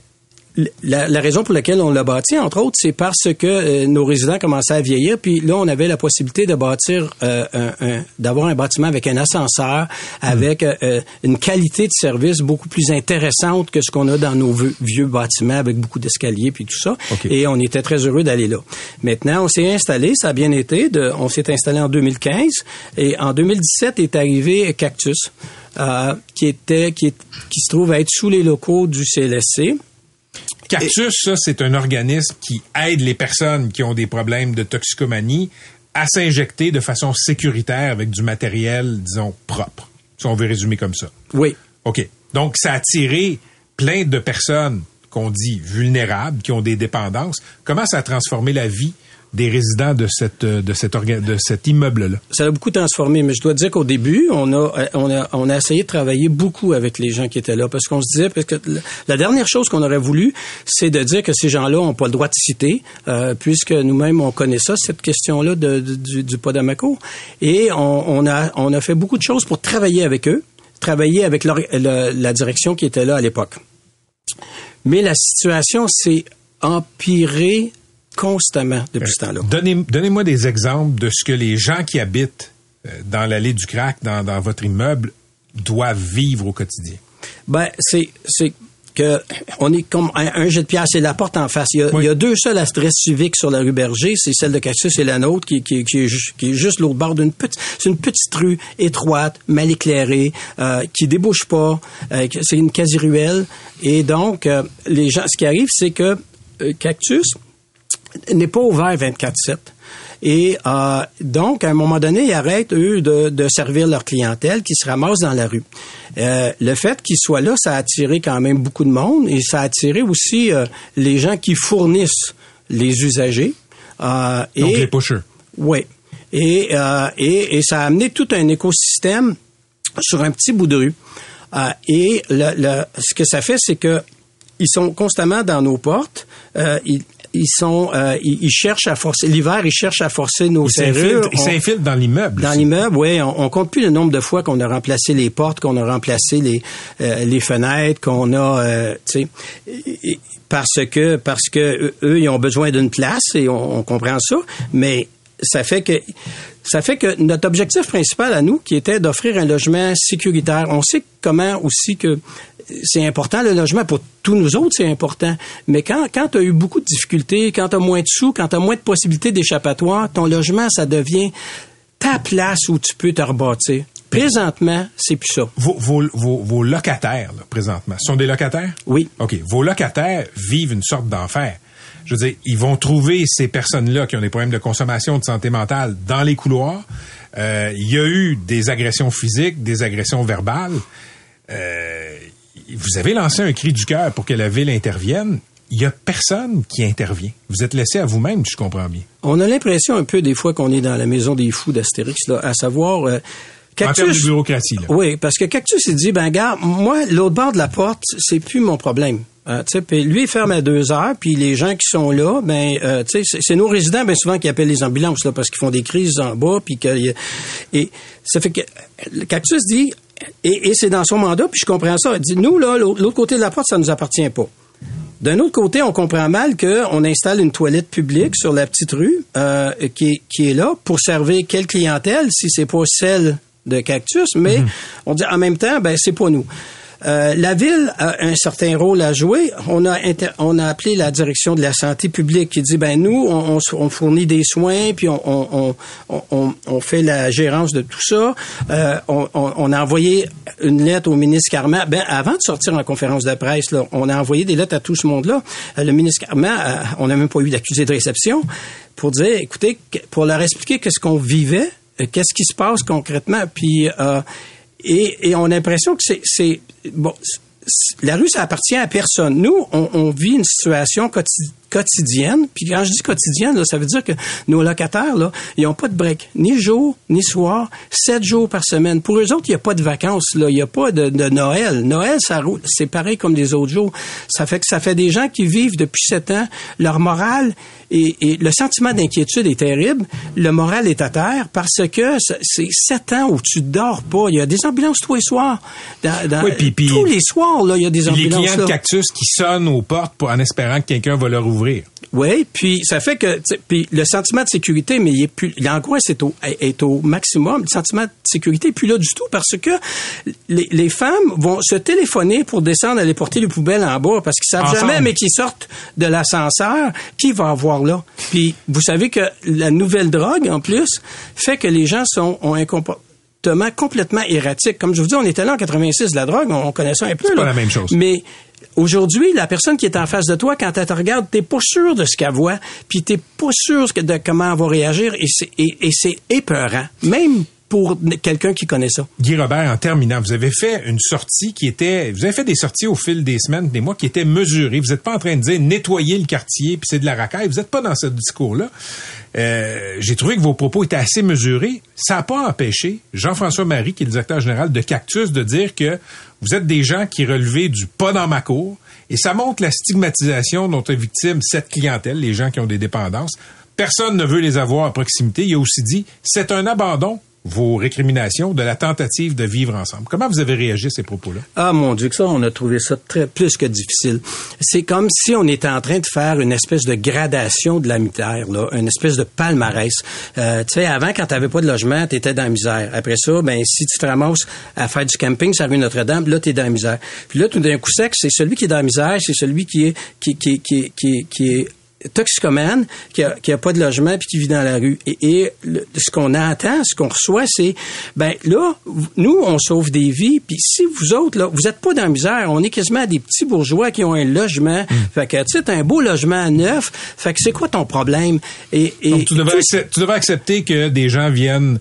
[SPEAKER 11] La, la raison pour laquelle on l'a bâti, entre autres, c'est parce que euh, nos résidents commençaient à vieillir, puis là, on avait la possibilité de bâtir, euh, un, un, d'avoir un bâtiment avec un ascenseur, avec euh, une qualité de service beaucoup plus intéressante que ce qu'on a dans nos vieux, vieux bâtiments, avec beaucoup d'escaliers puis tout ça. Okay. Et on était très heureux d'aller là. Maintenant, on s'est installé, ça a bien été. De, on s'est installé en deux mille quinze, et en deux mille dix-sept est arrivé Cactus, euh, qui était, qui, est, qui se trouve à être sous les locaux du C L S C.
[SPEAKER 5] Cactus, ça, c'est un organisme qui aide les personnes qui ont des problèmes de toxicomanie à s'injecter de façon sécuritaire avec du matériel, disons, propre. Si on veut résumer comme ça.
[SPEAKER 11] Oui.
[SPEAKER 5] OK. Donc, ça a attiré plein de personnes qu'on dit vulnérables, qui ont des dépendances. Comment ça a transformé la vie des résidents de cette de cet orga, de cet immeuble-là?
[SPEAKER 11] Ça a beaucoup transformé, mais je dois dire qu'au début, on a on a on a essayé de travailler beaucoup avec les gens qui étaient là, parce qu'on se disait parce que la dernière chose qu'on aurait voulu, c'est de dire que ces gens-là ont pas le droit de citer, euh, puisque nous-mêmes on connaît ça, cette question-là de, de du, du Podamaco, et on, on a on a fait beaucoup de choses pour travailler avec eux, travailler avec leur, le, la direction qui était là à l'époque. Mais la situation s'est empirée constamment depuis ce temps-là.
[SPEAKER 5] Donnez, donnez-moi des exemples de ce que les gens qui habitent dans l'allée du crack, dans, dans votre immeuble, doivent vivre au quotidien.
[SPEAKER 11] Ben, c'est, c'est que on est comme un, un jet de pierre, c'est la porte en face. Il y a, oui. il y a deux seules adresses civiques sur la rue Berger, c'est celle de Cactus et la nôtre, qui, qui, qui, est, qui est juste l'autre bord d'une petite, c'est une petite rue étroite, mal éclairée, euh, qui débouche pas, euh, c'est une quasi-ruelle. Et donc, euh, les gens, ce qui arrive, c'est que euh, Cactus n'est pas ouvert vingt-quatre sept. Et euh, donc, à un moment donné, ils arrêtent, eux, de, de servir leur clientèle qui se ramasse dans la rue. Euh, le fait qu'ils soient là, ça a attiré quand même beaucoup de monde et ça a attiré aussi euh, les gens qui fournissent les usagers. Euh,
[SPEAKER 5] Donc,
[SPEAKER 11] et,
[SPEAKER 5] les pushers.
[SPEAKER 11] Oui. Et, euh, et, et ça a amené tout un écosystème sur un petit bout de rue. Euh, et le, le, ce que ça fait, c'est que ils sont constamment dans nos portes. Euh, ils, ils sont, euh, ils, ils cherchent à forcer. L'hiver, ils cherchent à forcer nos
[SPEAKER 5] ils
[SPEAKER 11] serrures.
[SPEAKER 5] S'infiltrent, ils s'infiltrent dans l'immeuble.
[SPEAKER 11] Dans
[SPEAKER 5] aussi.
[SPEAKER 11] l'immeuble, oui. On, on compte plus le nombre de fois qu'on a remplacé les portes, qu'on a remplacé les euh, les fenêtres, qu'on a, euh, tu sais, parce que parce que eux, ils ont besoin d'une place et on, on comprend ça, mais ça fait que ça fait que notre objectif principal à nous, qui était d'offrir un logement sécuritaire, on sait comment aussi que c'est important, le logement, pour tous nous autres, c'est important. Mais quand, quand tu as eu beaucoup de difficultés, quand tu as moins de sous, quand tu as moins de possibilités d'échappatoire, ton logement, ça devient ta place où tu peux te rebâtir. Présentement, c'est plus ça.
[SPEAKER 5] Vos, vos, vos, vos locataires, là, présentement, sont des locataires?
[SPEAKER 11] Oui.
[SPEAKER 5] OK. Vos locataires vivent une sorte d'enfer. Je veux dire, ils vont trouver ces personnes-là qui ont des problèmes de consommation, de santé mentale dans les couloirs. Euh, il y a eu des agressions physiques, des agressions verbales. Euh, vous avez lancé un cri du cœur pour que la ville intervienne. Il y a personne qui intervient. Vous êtes laissé à vous-même, si je comprends bien.
[SPEAKER 11] On a l'impression un peu des fois qu'on est dans la maison des fous d'Astérix, là, à savoir... Euh, Cactus,
[SPEAKER 5] en termes de bureaucratie, là.
[SPEAKER 11] Oui, parce que Cactus, il dit, ben gars, moi, l'autre bord de la porte, c'est plus mon problème. Euh, tu sais, puis lui, il ferme à deux heures, puis les gens qui sont là, ben, euh, tu sais, c'est, c'est nos résidents, ben souvent qui appellent les ambulances, là, parce qu'ils font des crises en bas, puis que et ça fait que le Cactus dit, et, et c'est dans son mandat, puis je comprends ça. Il dit, nous là, l'autre, l'autre côté de la porte, ça nous appartient pas. D'un autre côté, on comprend mal qu'on installe une toilette publique sur la petite rue euh, qui, est, qui est là pour servir quelle clientèle, si c'est pas celle de Cactus, mais mmh. on dit en même temps, ben c'est pas nous. Euh, la ville a un certain rôle à jouer. On a inter- on a appelé la direction de la santé publique qui dit ben nous on, on, on fournit des soins puis on, on, on, on, on fait la gérance de tout ça. Euh, on, on, on a envoyé une lettre au ministre Carman. Ben avant de sortir en conférence de presse, là, on a envoyé des lettres à tout ce monde-là. Euh, le ministre Carman, euh, on n'a même pas eu d'accusé de réception pour dire écoutez, pour leur expliquer qu'est-ce qu'on vivait, euh, qu'est-ce qui se passe concrètement, puis euh, Et, et on a l'impression que c'est, c'est bon. La rue, ça appartient à personne. Nous, on, on vit une situation quotidi- quotidienne. Puis quand je dis quotidienne, là, ça veut dire que nos locataires, là, ils n'ont pas de break, ni jour, ni soir, sept jours par semaine. Pour eux autres, il n'y a pas de vacances, là, il n'y a pas de, de Noël. Noël, ça roule, c'est pareil comme les autres jours. Ça fait que ça fait des gens qui vivent depuis sept ans. Leur morale et, et le sentiment d'inquiétude est terrible. Le moral est à terre parce que c'est sept ans où tu dors pas. Il y a des ambulances tous les soirs. Dans, dans,
[SPEAKER 5] oui, puis, puis,
[SPEAKER 11] tous les soirs, là, il y a des ambulances.
[SPEAKER 5] Les clients
[SPEAKER 11] là.
[SPEAKER 5] de Cactus qui sonnent aux portes pour, en espérant que quelqu'un va leur ouvrir.
[SPEAKER 11] Oui, puis ça fait que puis le sentiment de sécurité, mais il est plus, l'angoisse est au est au maximum. Le sentiment de sécurité est plus là du tout parce que les, les femmes vont se téléphoner pour descendre aller porter les poubelles en bas parce qu'ils savent Ensemble. jamais, mais qu'ils sortent de l'ascenseur, qui va avoir là. Puis vous savez que la nouvelle drogue en plus fait que les gens sont ont un comportement complètement erratique. Comme je vous dis, on était là en quatre-vingt-six, la drogue, on, on connaît ça un peu.
[SPEAKER 5] C'est
[SPEAKER 11] là.
[SPEAKER 5] pas la même chose.
[SPEAKER 11] Mais aujourd'hui, la personne qui est en face de toi, quand elle te regarde, t'es pas sûr de ce qu'elle voit, puis t'es pas sûr de comment elle va réagir, et c'est, et, et c'est épeurant, même pour quelqu'un qui connaît ça.
[SPEAKER 5] Guy Robert, en terminant, vous avez fait une sortie qui était... Vous avez fait des sorties au fil des semaines, des mois, qui étaient mesurées. Vous n'êtes pas en train de dire nettoyer le quartier, puis c'est de la racaille. Vous n'êtes pas dans ce discours-là. Euh, j'ai trouvé que vos propos étaient assez mesurés. Ça n'a pas empêché Jean-François Marie, qui est le directeur général de Cactus, de dire que vous êtes des gens qui relevaient du pas dans ma cour, et ça montre la stigmatisation dont est victime cette clientèle, les gens qui ont des dépendances. Personne ne veut les avoir à proximité. Il a aussi dit, c'est un abandon, vos récriminations, de la tentative de vivre ensemble. Comment vous avez réagi à ces propos-là?
[SPEAKER 11] Ah, mon Dieu, que ça, on a trouvé ça très, plus que difficile. C'est comme si on était en train de faire une espèce de gradation de la misère, là, une espèce de palmarès. Euh, tu sais, avant, quand t'avais pas de logement, t'étais dans la misère. Après ça, ben, si tu te ramasses à faire du camping sur la rue Notre-Dame, là, t'es dans la misère. Puis là, tout d'un coup sec, c'est celui qui est dans la misère, c'est celui qui est, qui, qui, qui, qui, qui est toxicomane, qui a, qui a pas de logement puis qui vit dans la rue. Et, et le, ce qu'on entend, ce qu'on reçoit, c'est, ben là, nous, on sauve des vies, puis si vous autres, là, vous êtes pas dans la misère, on est quasiment des petits bourgeois qui ont un logement. Mmh. Fait que, tu sais, t'as un beau logement neuf, fait que c'est quoi ton problème? Et, et
[SPEAKER 5] Donc, tu devrais, tout... accepter, tu devrais accepter que des gens viennent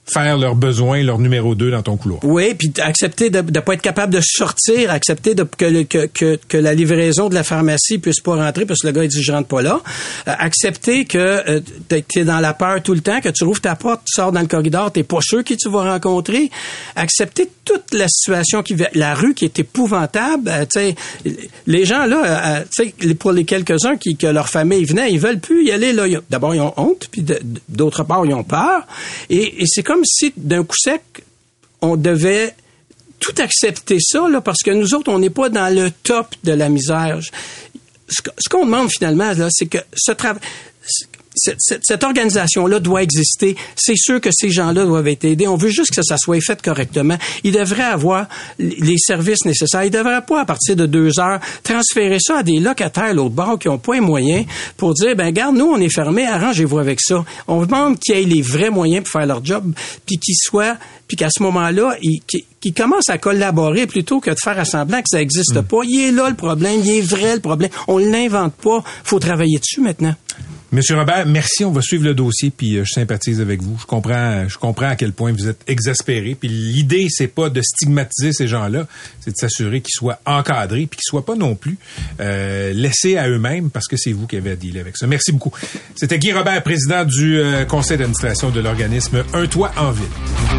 [SPEAKER 5] faire leurs besoins, leur numéro deux dans ton couloir.
[SPEAKER 11] Oui, puis accepter de ne pas être capable de sortir, accepter de, que, que, que, que la livraison de la pharmacie puisse pas rentrer parce que le gars il dit je rentre pas là. Euh, accepter que euh, tu es dans la peur tout le temps, que tu rouvres ta porte, tu sors dans le corridor, t'es pas sûr qui tu vas rencontrer. Accepter toute la situation qui la rue qui est épouvantable. Euh, tu sais, les gens là, euh, tu sais, pour les quelques-uns qui que leur famille venait, ils veulent plus y aller là. D'abord ils ont honte, puis de, d'autre part ils ont peur. Et, et c'est comme si d'un coup sec, on devait tout accepter ça, là, parce que nous autres, on n'est pas dans le top de la misère. Ce, ce qu'on demande finalement, là, c'est que ce travail, cette, cette, cette organisation-là doit exister. C'est sûr que ces gens-là doivent être aidés. On veut juste que ça soit fait correctement. Ils devraient avoir les services nécessaires. Ils devraient pas, à partir de deux heures, transférer ça à des locataires l'autre bord qui ont pas les moyens pour dire, ben, garde, nous, on est fermés, arrangez-vous avec ça. On demande qu'ils aient les vrais moyens pour faire leur job, puis qu'ils soient, puis qu'à ce moment-là, ils, qu'ils, qu'ils commencent à collaborer plutôt que de faire à semblant que ça existe mmh. pas. Il est là le problème, il est vrai le problème. On l'invente pas. Faut travailler dessus maintenant.
[SPEAKER 5] Monsieur Robert, merci. On va suivre le dossier, puis euh, je sympathise avec vous. Je comprends, je comprends à quel point vous êtes exaspéré. Puis l'idée, c'est pas de stigmatiser ces gens-là, c'est de s'assurer qu'ils soient encadrés, puis qu'ils soient pas non plus euh, laissés à eux-mêmes, parce que c'est vous qui avez à dealer avec ça. Merci beaucoup. C'était Guy Robert, président du euh, conseil d'administration de l'organisme Un Toit en Ville.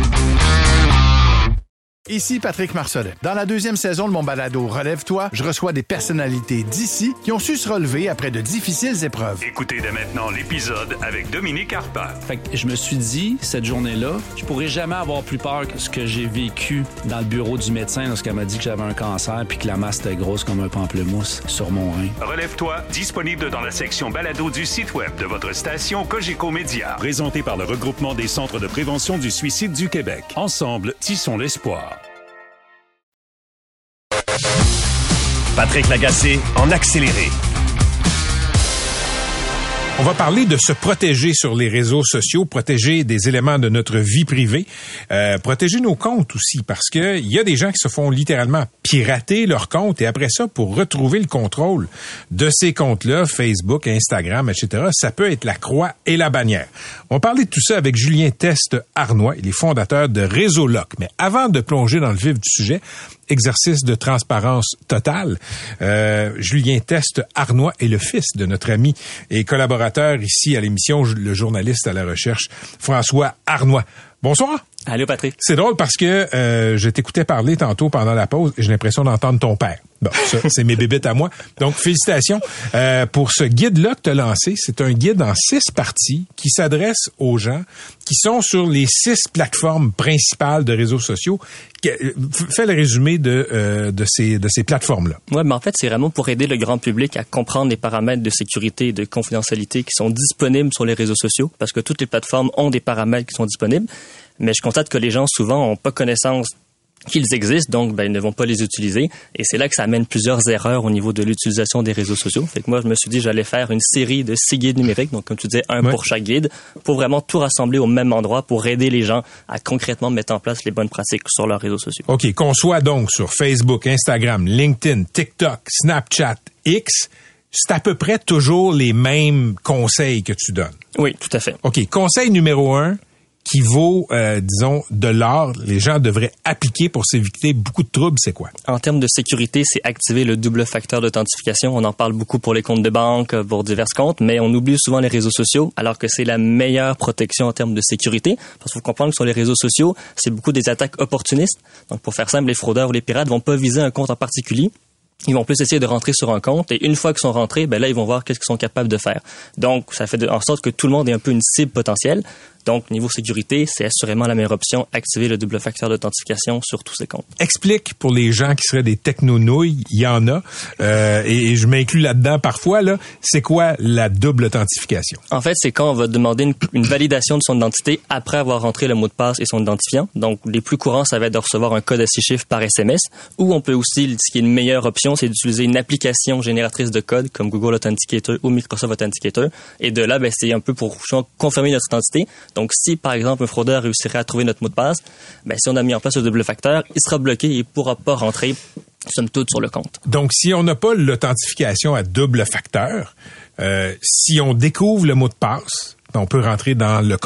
[SPEAKER 7] Ici Patrick Marcelet. Dans la deuxième saison de mon balado Relève-toi, je reçois des personnalités d'ici qui ont su se relever après de difficiles épreuves.
[SPEAKER 8] Écoutez dès maintenant l'épisode avec Dominique Harpin.
[SPEAKER 12] Fait que je me suis dit, cette journée-là, je pourrais jamais avoir plus peur que ce que j'ai vécu dans le bureau du médecin lorsqu'elle m'a dit que j'avais un cancer puis que la masse était grosse comme un pamplemousse sur mon rein.
[SPEAKER 8] Relève-toi, disponible dans la section balado du site web de votre station Cogeco Média. Présenté par le regroupement des centres de prévention du suicide du Québec. Ensemble, tissons l'espoir.
[SPEAKER 4] Patrick Lagacé en accéléré.
[SPEAKER 5] On va parler de se protéger sur les réseaux sociaux, protéger des éléments de notre vie privée, euh, protéger nos comptes aussi, parce que il y a des gens qui se font littéralement pirater leurs comptes et après ça, pour retrouver le contrôle de ces comptes-là, Facebook, Instagram, et cetera, ça peut être la croix et la bannière. On va parler de tout ça avec Julien Teste-Arnois, il est fondateur de RéseauLock. Mais avant de plonger dans le vif du sujet, exercice de transparence totale, euh, Julien Teste-Arnois est le fils de notre ami et collaborateur ici à l'émission, le journaliste à la recherche, François Arnois. Bonsoir.
[SPEAKER 13] Allô, Patrick.
[SPEAKER 5] C'est drôle parce que euh, je t'écoutais parler tantôt pendant la pause et j'ai l'impression d'entendre ton père. Bon, ça, c'est mes bébites à moi. Donc, félicitations euh, pour ce guide-là que tu as lancé. C'est un guide en six parties qui s'adresse aux gens qui sont sur les six plateformes principales de réseaux sociaux. Fais le résumé de, euh, de ces, de ces plateformes-là.
[SPEAKER 13] Oui, mais en fait, c'est vraiment pour aider le grand public à comprendre les paramètres de sécurité et de confidentialité qui sont disponibles sur les réseaux sociaux, parce que toutes les plateformes ont des paramètres qui sont disponibles. Mais je constate que les gens, souvent, n'ont pas connaissance qu'ils existent, donc ben, ils ne vont pas les utiliser. Et c'est là que ça amène plusieurs erreurs au niveau de l'utilisation des réseaux sociaux. Fait que moi, je me suis dit j'allais faire une série de six guides numériques, donc comme tu disais, un ouais. pour chaque guide, pour vraiment tout rassembler au même endroit, pour aider les gens à concrètement mettre en place les bonnes pratiques sur leurs réseaux sociaux.
[SPEAKER 5] OK, qu'on soit donc sur Facebook, Instagram, LinkedIn, TikTok, Snapchat, X, c'est à peu près toujours les mêmes conseils que tu donnes.
[SPEAKER 13] Oui, tout à fait.
[SPEAKER 5] OK, conseil numéro un, qui vaut, euh, disons, de l'or, les gens devraient appliquer pour s'éviter beaucoup de troubles, c'est quoi?
[SPEAKER 13] En termes de sécurité, c'est activer le double facteur d'authentification. On en parle beaucoup pour les comptes de banque, pour divers comptes, mais on oublie souvent les réseaux sociaux, alors que c'est la meilleure protection en termes de sécurité. Parce qu'il faut comprendre que sur les réseaux sociaux, c'est beaucoup des attaques opportunistes. Donc, pour faire simple, les fraudeurs ou les pirates vont pas viser un compte en particulier. Ils vont plus essayer de rentrer sur un compte et une fois qu'ils sont rentrés, ben là, ils vont voir qu'est-ce qu'ils sont capables de faire. Donc, ça fait de, en sorte que tout le monde est un peu une cible potentielle. Donc, niveau sécurité, c'est assurément la meilleure option, activer le double facteur d'authentification sur tous ces comptes.
[SPEAKER 5] Explique pour les gens qui seraient des techno-nouilles, il y en a, euh, et, et je m'inclus là-dedans parfois, là, c'est quoi la double authentification?
[SPEAKER 13] En fait, c'est quand on va demander une, une validation de son identité après avoir rentré le mot de passe et son identifiant. Donc, les plus courants, ça va être de recevoir un code à six chiffres par S M S, ou on peut aussi, ce qui est une meilleure option, c'est d'utiliser une application génératrice de code comme Google Authenticator ou Microsoft Authenticator, et de là, ben, c'est un peu pour confirmer notre identité. Donc, si, par exemple, un fraudeur réussirait à trouver notre mot de passe, ben, si on a mis en place le double facteur, il sera bloqué et il ne pourra pas rentrer, somme toute, sur le compte.
[SPEAKER 5] Donc, si on n'a pas l'authentification à double facteur, euh, si on découvre le mot de passe, on peut rentrer dans le compte.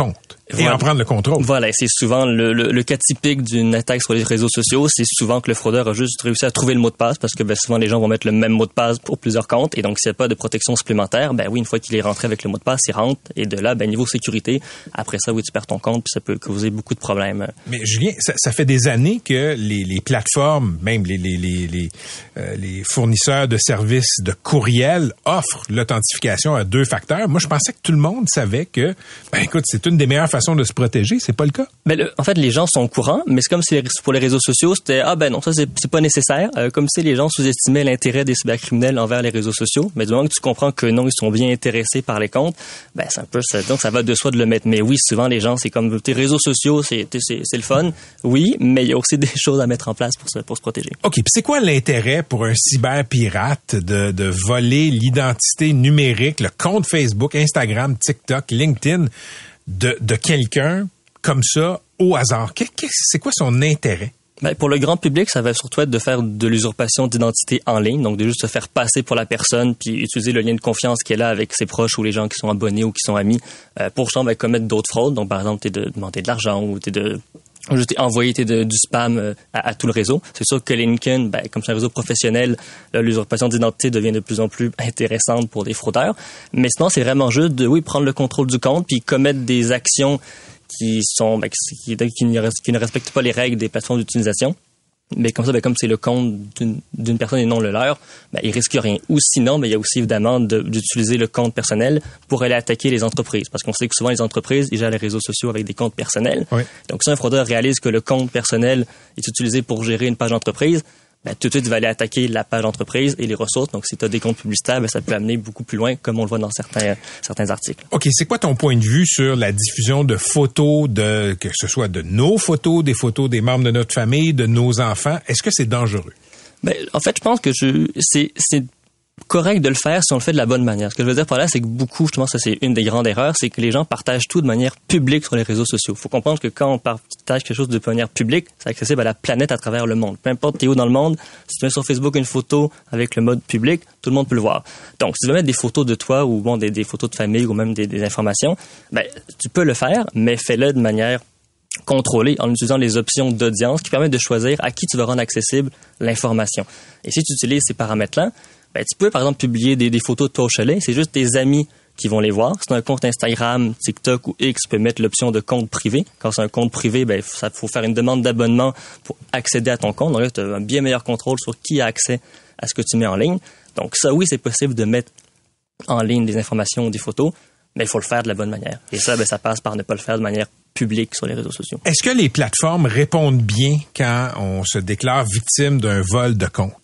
[SPEAKER 5] Et
[SPEAKER 13] voilà.
[SPEAKER 5] en prendre le contrôle.
[SPEAKER 13] Voilà, c'est souvent le, le, le cas typique d'une attaque sur les réseaux sociaux, c'est souvent que le fraudeur a juste réussi à trouver le mot de passe, parce que ben, souvent les gens vont mettre le même mot de passe pour plusieurs comptes, et donc s'il n'y a pas de protection supplémentaire, ben oui, une fois qu'il est rentré avec le mot de passe, il rentre, et de là, ben niveau sécurité, après ça, oui, tu perds ton compte, puis ça peut causer beaucoup de problèmes.
[SPEAKER 5] Mais Julien, ça, ça fait des années que les, les plateformes, même les, les, les, les, euh, les fournisseurs de services de courriel offrent l'authentification à deux facteurs. Moi, je pensais que tout le monde savait que, ben écoute, c'est une des meilleures façons de se protéger. C'est pas le cas.
[SPEAKER 13] Ben le, en fait, les gens sont au courant, mais c'est comme si pour les réseaux sociaux, c'était ah ben non, ça c'est, c'est pas nécessaire. Euh, comme si les gens sous-estimaient l'intérêt des cybercriminels envers les réseaux sociaux. Mais du moment que tu comprends que non, ils sont bien intéressés par les comptes, ben c'est un peu ça. Donc ça va de soi de le mettre. Mais oui, souvent les gens, c'est comme tes réseaux sociaux, c'est c'est, c'est le fun. Oui, mais il y a aussi des choses à mettre en place pour se pour se protéger.
[SPEAKER 5] Ok, puis c'est quoi l'intérêt pour un cyberpirate de de voler l'identité numérique, le compte Facebook, Instagram, TikTok, LinkedIn de de quelqu'un comme ça, au hasard? C'est quoi son intérêt?
[SPEAKER 13] Ben, pour le grand public, ça va surtout être de faire de l'usurpation d'identité en ligne, donc de juste se faire passer pour la personne, puis utiliser le lien de confiance qu'elle a avec ses proches ou les gens qui sont abonnés ou qui sont amis, euh, pour justement ben, commettre d'autres fraudes. Donc, par exemple, t'es de demander de l'argent ou t'es de juste envoyer t'es de, du spam euh, à, à tout le réseau. C'est sûr que LinkedIn, ben, comme c'est un réseau professionnel, là, l'usurpation d'identité devient de plus en plus intéressante pour des fraudeurs. Mais sinon, c'est vraiment juste de, oui, prendre le contrôle du compte, puis commettre des actions qui sont ben, qui, qui, ne, qui ne respectent pas les règles des plateformes d'utilisation. Mais comme ça, ben, comme c'est le compte d'une, d'une personne et non le leur, ben, ils risquent rien. Ou sinon, ben, il y a aussi évidemment de, d'utiliser le compte personnel pour aller attaquer les entreprises. Parce qu'on sait que souvent les entreprises, ils gèrent les réseaux sociaux avec des comptes personnels. Oui. Donc si un fraudeur réalise que le compte personnel est utilisé pour gérer une page d'entreprise, ben, tout de suite, il va aller attaquer la page d'entreprise et les ressources. Donc, si tu as des comptes publicitaires, ben, ça peut amener beaucoup plus loin, comme on le voit dans certains, certains articles.
[SPEAKER 5] OK. C'est quoi ton point de vue sur la diffusion de photos, de que ce soit de nos photos, des photos des membres de notre famille, de nos enfants? Est-ce que c'est dangereux?
[SPEAKER 13] Ben, en fait, je pense que je, c'est, c'est correct de le faire si on le fait de la bonne manière. Ce que je veux dire par là, c'est que beaucoup, justement, ça c'est une des grandes erreurs, c'est que les gens partagent tout de manière publique sur les réseaux sociaux. Il faut comprendre que quand on partage quelque chose de manière publique, c'est accessible à la planète à travers le monde. Peu importe t'es où dans le monde, si tu mets sur Facebook une photo avec le mode public, tout le monde peut le voir. Donc, si tu veux mettre des photos de toi ou bon des, des photos de famille ou même des, des informations, ben tu peux le faire, mais fais-le de manière contrôlée en utilisant les options d'audience qui permettent de choisir à qui tu vas rendre accessible l'information. Et si tu utilises ces paramètres-là, ben, tu peux, par exemple, publier des, des photos de toi au chalet. C'est juste tes amis qui vont les voir. Si tu as un compte Instagram, TikTok ou X, tu peux mettre l'option de compte privé. Quand c'est un compte privé, ben, ça faut faire une demande d'abonnement pour accéder à ton compte. Donc là, tu as un bien meilleur contrôle sur qui a accès à ce que tu mets en ligne. Donc ça, oui, c'est possible de mettre en ligne des informations ou des photos, mais il faut le faire de la bonne manière. Et ça, ben, ça passe par ne pas le faire de manière publique sur les réseaux sociaux.
[SPEAKER 5] Est-ce que les plateformes répondent bien quand on se déclare victime d'un vol de compte?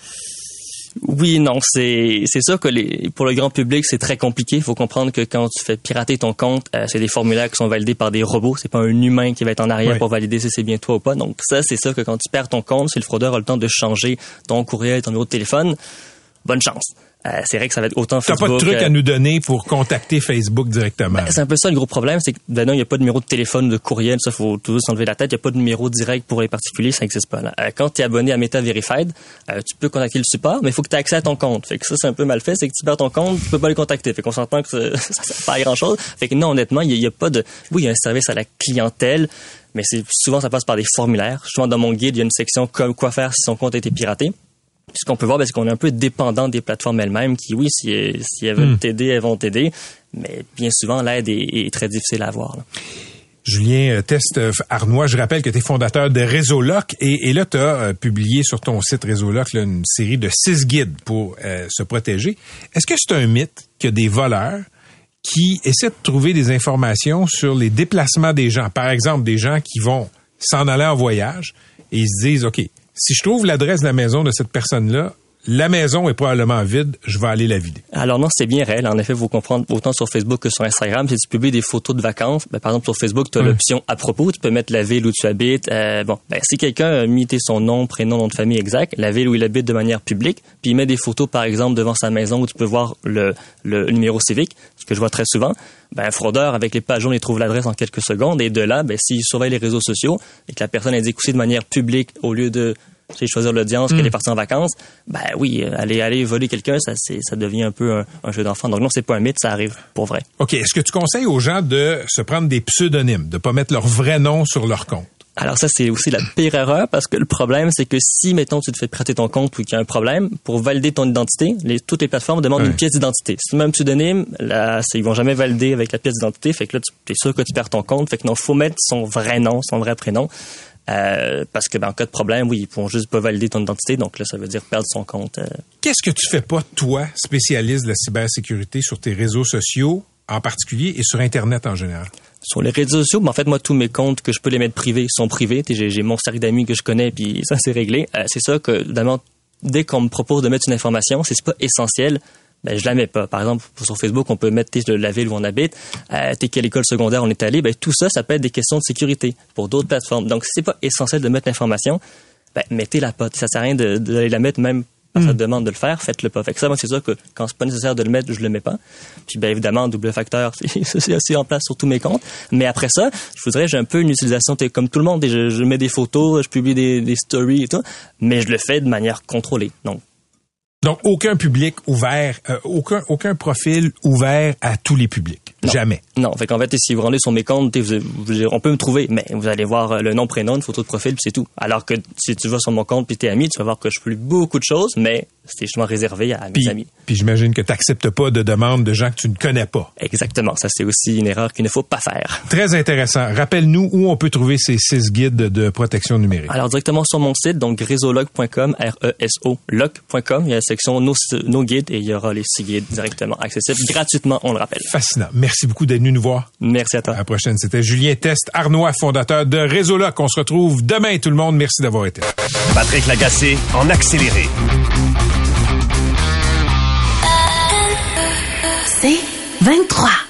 [SPEAKER 13] Oui, non, c'est c'est sûr que les pour le grand public, c'est très compliqué. Il faut comprendre que quand tu fais pirater ton compte, euh, c'est des formulaires qui sont validés par des robots. C'est pas un humain qui va être en arrière oui. pour valider si c'est bien toi ou pas. Donc ça, c'est ça que quand tu perds ton compte, si le fraudeur a le temps de changer ton courriel, ton numéro de téléphone, bonne chance. Euh, c'est vrai que ça va être autant Facebook...
[SPEAKER 5] T'as pas de truc
[SPEAKER 13] euh,
[SPEAKER 5] à nous donner pour contacter Facebook directement.
[SPEAKER 13] Ben, c'est un peu ça le gros problème, c'est que ben non, il n'y a pas de numéro de téléphone, de courriel, ça faut toujours s'enlever la tête. Il n'y a pas de numéro direct pour les particuliers, ça n'existe pas. Là. Euh, quand tu es abonné à Meta Verified, euh, tu peux contacter le support, mais il faut que tu aies accès à ton compte. Fait que ça, c'est un peu mal fait, c'est que tu perds ton compte, tu peux pas les contacter. Fait qu'on s'entend que ça, ça sert pas à grand chose. Fait que non, honnêtement, il n'y a, a pas de... Oui, il y a un service à la clientèle, mais c'est souvent ça passe par des formulaires. Souvent dans mon guide, il y a une section comme quoi faire si son compte a été piraté. Puis ce qu'on peut voir, ben, c'est qu'on est un peu dépendant des plateformes elles-mêmes qui, oui, si, si elles veulent mm. t'aider, elles vont t'aider. Mais bien souvent, l'aide est, est très difficile à avoir. Là.
[SPEAKER 5] Julien Teste Arnois, je rappelle que tu es fondateur de RéseauLock et, et là, tu as euh, publié sur ton site RéseauLock là, une série de six guides pour euh, se protéger. Est-ce que c'est un mythe que des voleurs qui essaient de trouver des informations sur les déplacements des gens? Par exemple, des gens qui vont s'en aller en voyage et ils se disent, OK, si je trouve l'adresse de la maison de cette personne-là, la maison est probablement vide, je vais aller la vider.
[SPEAKER 13] Alors non, c'est bien réel. En effet, il faut comprendre autant sur Facebook que sur Instagram. Si tu publies des photos de vacances, ben, par exemple sur Facebook, tu as ouais. l'option à propos. Tu peux mettre la ville où tu habites. Euh, bon, ben, si quelqu'un a mis son nom, prénom, nom de famille exact, la ville où il habite de manière publique, puis il met des photos, par exemple, devant sa maison où tu peux voir le, le numéro civique, ce que je vois très souvent, ben, un fraudeur, avec les pages jaunes, il trouve l'adresse en quelques secondes. Et de là, ben, s'il surveille les réseaux sociaux et que la personne indique aussi de manière publique au lieu de c'est choisir l'audience,
[SPEAKER 5] Mm.
[SPEAKER 13] qu'elle est partie en vacances. Ben oui, euh, aller aller voler quelqu'un, ça c'est ça devient un peu un, un jeu d'enfant. Donc non, c'est pas un mythe, ça arrive pour vrai.
[SPEAKER 5] OK. Est-ce que tu conseilles aux gens de se prendre des pseudonymes, de pas mettre leur vrai nom sur leur compte?
[SPEAKER 13] Alors ça, c'est aussi la pire erreur parce que le problème, c'est que si, mettons, tu te fais prêter ton compte ou qu'il y a un problème, pour valider ton identité, les, toutes les plateformes demandent
[SPEAKER 5] ouais.
[SPEAKER 13] une pièce d'identité. Si tu mets un pseudonyme, là, ils vont jamais valider avec la pièce d'identité, fait que là, tu es sûr que tu perds ton compte. Fait que non, faut mettre son vrai nom, son vrai prénom. Euh, parce que ben, en cas de problème, oui, ils pourront juste pas valider ton identité, donc là, ça veut dire perdre son compte. Euh.
[SPEAKER 5] Qu'est-ce que tu fais pas, toi, spécialiste de la cybersécurité, sur tes réseaux sociaux en particulier et sur Internet en général?
[SPEAKER 13] Sur les réseaux sociaux, ben en fait, moi, tous mes comptes que je peux les mettre privés sont privés. J'ai, j'ai mon cercle d'amis que je connais, puis ça, c'est réglé. Euh, c'est ça que, d'abord, dès qu'on me propose de mettre une information, si c'est pas essentiel, ben je la mets pas. Par exemple, sur Facebook, on peut mettre la ville où on habite, euh, t'es quelle école secondaire on est allé. Ben tout ça, ça peut être des questions de sécurité pour d'autres plateformes. Donc, si c'est pas essentiel de mettre l'information, ben mettez-la pas. Ça sert à rien de, de la mettre même. Ça te demande de le faire, faites-le pas. Fait que ça, moi, c'est sûr que quand c'est pas nécessaire de le mettre, je le mets pas. Puis, bien évidemment, double facteur, c'est, c'est aussi en place sur tous mes comptes. Mais après ça, je voudrais, j'ai un peu une utilisation, comme tout le monde. Je, je mets des photos, je publie des, des stories et tout, mais je le fais de manière contrôlée. Donc,
[SPEAKER 5] Donc, aucun public ouvert, euh, aucun, aucun profil ouvert à tous les publics.
[SPEAKER 13] Non.
[SPEAKER 5] Jamais.
[SPEAKER 13] Non. Fait qu'en fait, si vous rendez sur mes comptes, vous, vous, on peut me trouver, mais vous allez voir le nom, prénom, une photo de profil, puis c'est tout. Alors que si tu vas sur mon compte puis t'es ami, tu vas voir que je publie beaucoup de choses, mais c'est justement réservé à mes
[SPEAKER 5] puis,
[SPEAKER 13] amis.
[SPEAKER 5] Puis j'imagine que tu n'acceptes pas de demandes de gens que tu ne connais pas.
[SPEAKER 13] Exactement. Ça, c'est aussi une erreur qu'il ne faut pas faire.
[SPEAKER 5] Très intéressant. Rappelle-nous où on peut trouver ces six guides de protection numérique.
[SPEAKER 13] Alors, directement sur mon site, donc réseauloc point com, R E S O loc point com. Il y a la section nos, nos guides et il y aura les six guides directement accessibles gratuitement, on le rappelle.
[SPEAKER 5] Fascinant. Merci beaucoup d'être venu nous voir.
[SPEAKER 13] Merci à toi.
[SPEAKER 5] À la prochaine. C'était Julien Teste Arnois, fondateur de Réseauloc. On se retrouve demain, tout le monde. Merci d'avoir été là.
[SPEAKER 4] Patrick Lagacé en accéléré.
[SPEAKER 3] C'est vingt-trois.